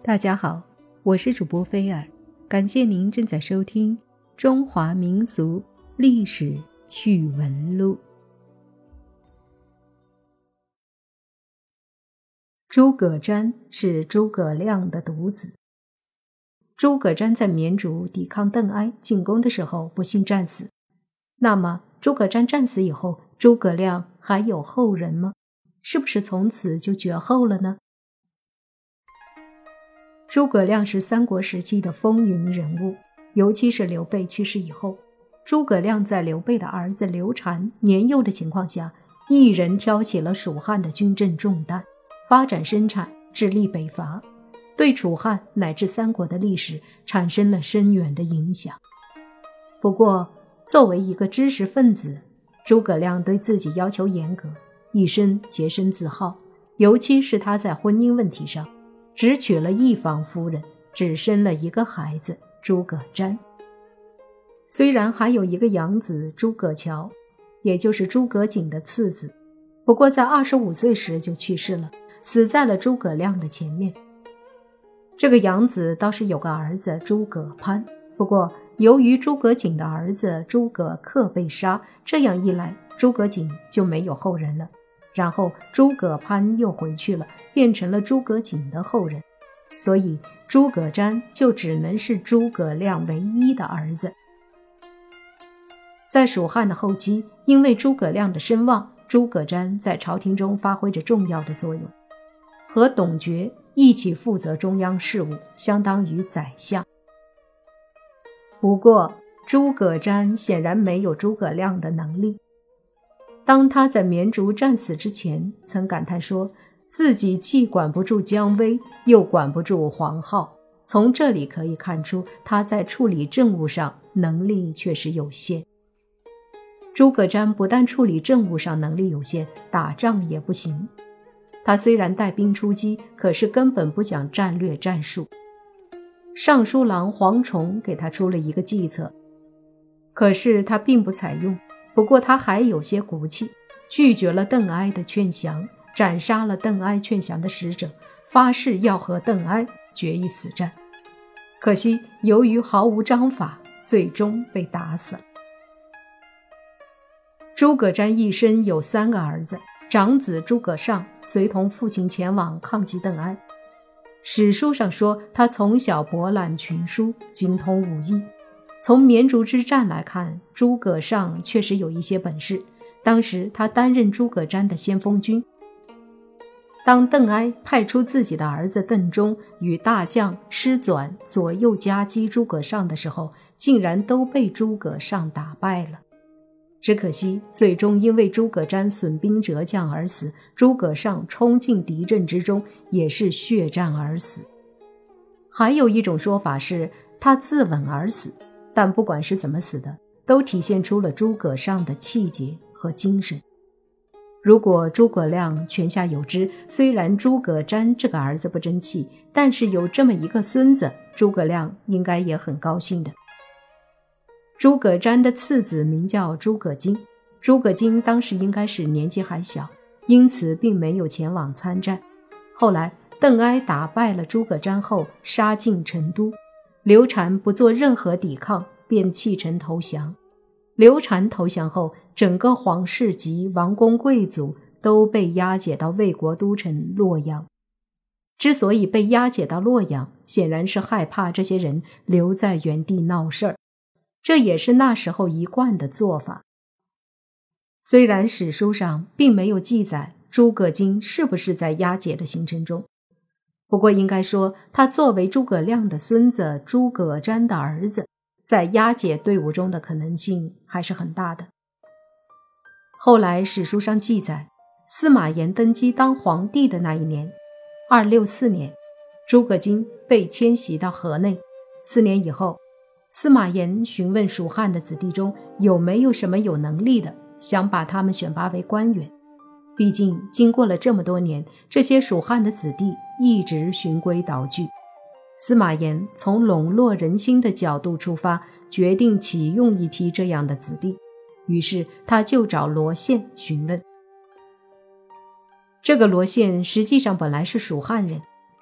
大家好，我是主播菲尔，感谢您正在收听《中华民族历史趣闻录》。诸葛瞻是诸葛亮的独子。诸葛瞻在绵竹抵抗邓艾进攻的时候不幸战死。那么诸葛瞻战死以后，诸葛亮还有后人吗？是不是从此就绝后了呢？诸葛亮是三国时期的风云人物，尤其是刘备去世以后，诸葛亮在刘备的儿子刘禅年幼的情况下，一人挑起了蜀汉的军政重担，发展生产，致力北伐，对楚汉乃至三国的历史产生了深远的影响。不过，作为一个知识分子，诸葛亮对自己要求严格，一生洁身自好，尤其是他在婚姻问题上，只娶了一房夫人，只生了一个孩子诸葛瞻。虽然还有一个养子诸葛乔，也就是诸葛瑾的次子，不过在25岁时就去世了，死在了诸葛亮的前面。这个养子倒是有个儿子诸葛攀，不过由于诸葛瑾的儿子诸葛恪被杀，这样一来诸葛瑾就没有后人了。然后诸葛攀又回去了，变成了诸葛瑾的后人，所以诸葛瞻就只能是诸葛亮唯一的儿子。在蜀汉的后期，因为诸葛亮的声望，诸葛瞻在朝廷中发挥着重要的作用，和董厥一起负责中央事务，相当于宰相。不过诸葛瞻显然没有诸葛亮的能力。当他在绵竹战死之前，曾感叹说自己既管不住姜维，又管不住黄皓。从这里可以看出，他在处理政务上能力确实有限。诸葛瞻不但处理政务上能力有限，打仗也不行。他虽然带兵出击，可是根本不讲战略战术。尚书郎黄崇给他出了一个计策，可是他并不采用。不过他还有些骨气，拒绝了邓艾的劝降，斩杀了邓艾劝降的使者，发誓要和邓艾决一死战。可惜由于毫无章法，最终被打死了。诸葛瞻一生有3个儿子，长子诸葛尚随同父亲前往抗击邓艾。史书上说他从小博览群书，精通武艺。从绵竹之战来看，诸葛尚确实有一些本事。当时他担任诸葛瞻的先锋军。当邓艾派出自己的儿子邓忠与大将师纂左右夹击诸葛尚的时候，竟然都被诸葛尚打败了。只可惜最终因为诸葛瞻损兵折将而死，诸葛尚冲进敌阵之中，也是血战而死。还有一种说法是他自刎而死，但不管是怎么死的，都体现出了诸葛尚的气节和精神。如果诸葛亮泉下有知，虽然诸葛瞻这个儿子不争气，但是有这么一个孙子，诸葛亮应该也很高兴的。诸葛瞻的次子名叫诸葛瑾，诸葛瑾当时应该是年纪还小，因此并没有前往参战。后来邓艾打败了诸葛瞻后，杀进成都，刘禅不做任何抵抗，便弃城投降。刘禅投降后，整个皇室及王公贵族都被押解到魏国都城洛阳。之所以被押解到洛阳，显然是害怕这些人留在原地闹事儿，这也是那时候一贯的做法。虽然史书上并没有记载诸葛瑾是不是在押解的行程中，不过应该说他作为诸葛亮的孙子诸葛瞻的儿子，在押解队伍中的可能性还是很大的。后来史书上记载，司马炎登基当皇帝的那一年264年，诸葛瑾被迁徙到河内。4年以后，司马炎询问蜀汉的子弟中有没有什么有能力的，想把他们选拔为官员。毕竟经过了这么多年，这些蜀汉的子弟一直循规蹈矩。司马炎从笼络人心的角度出发，决定启用一批这样的子弟。于是他就找罗宪询问。这个罗宪实际上本来是蜀汉人，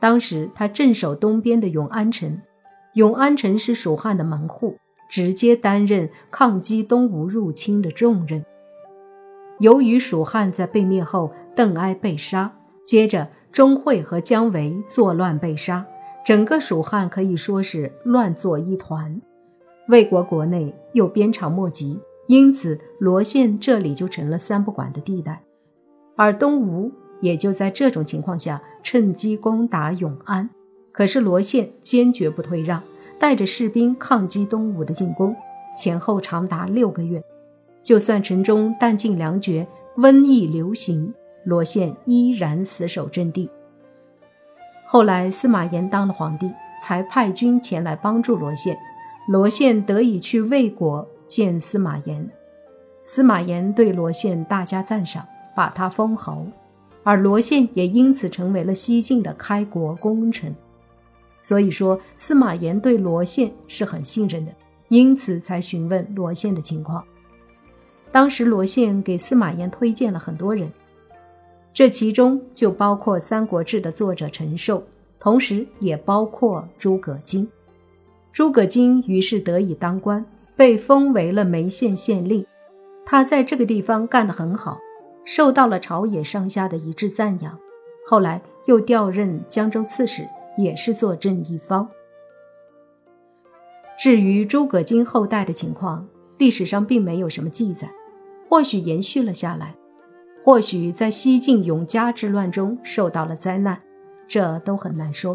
当时他镇守东边的永安城，永安城是蜀汉的门户，直接担任抗击东吴入侵的重任。由于蜀汉在被灭后，邓艾被杀，接着钟会和姜维作乱被杀，整个蜀汉可以说是乱作一团。魏国国内又鞭长莫及，因此罗县这里就成了三不管的地带，而东吴也就在这种情况下趁机攻打永安。可是罗县坚决不退让，带着士兵抗击东吴的进攻，前后长达6个月。就算城中弹尽粮绝，瘟疫流行，罗县依然死守阵地。后来司马炎当了皇帝，才派军前来帮助罗县，罗县得以去魏国见司马炎。司马炎对罗县大加赞赏，把他封侯，而罗县也因此成为了西晋的开国功臣。所以说司马炎对罗县是很信任的，因此才询问罗县的情况。当时罗县给司马炎推荐了很多人，这其中就包括《三国志》的作者陈寿，同时也包括诸葛瑾。诸葛瑾于是得以当官，被封为了眉县县令。他在这个地方干得很好，受到了朝野上下的一致赞扬。后来又调任江州刺史，也是坐镇一方。至于诸葛瑾后代的情况，历史上并没有什么记载，或许延续了下来，或许在西晋永嘉之乱中受到了灾难，这都很难说。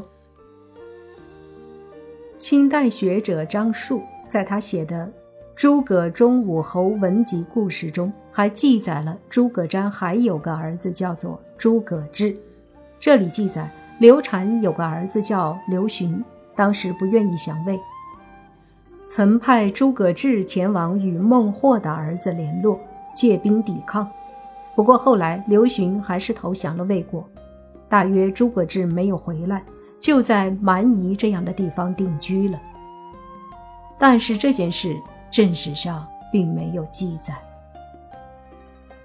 清代学者张树在他写的《诸葛中武侯文集故事》中，还记载了诸葛瞻还有个儿子叫做诸葛志。这里记载刘禅有个儿子叫刘询，当时不愿意降魏，曾派诸葛志前往与孟获的儿子联络，借兵抵抗。不过后来刘询还是投降了魏国，大约诸葛志没有回来，就在蛮夷这样的地方定居了。但是这件事正史上并没有记载，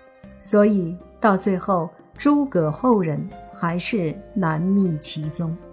所以到最后诸葛后人还是难觅其踪。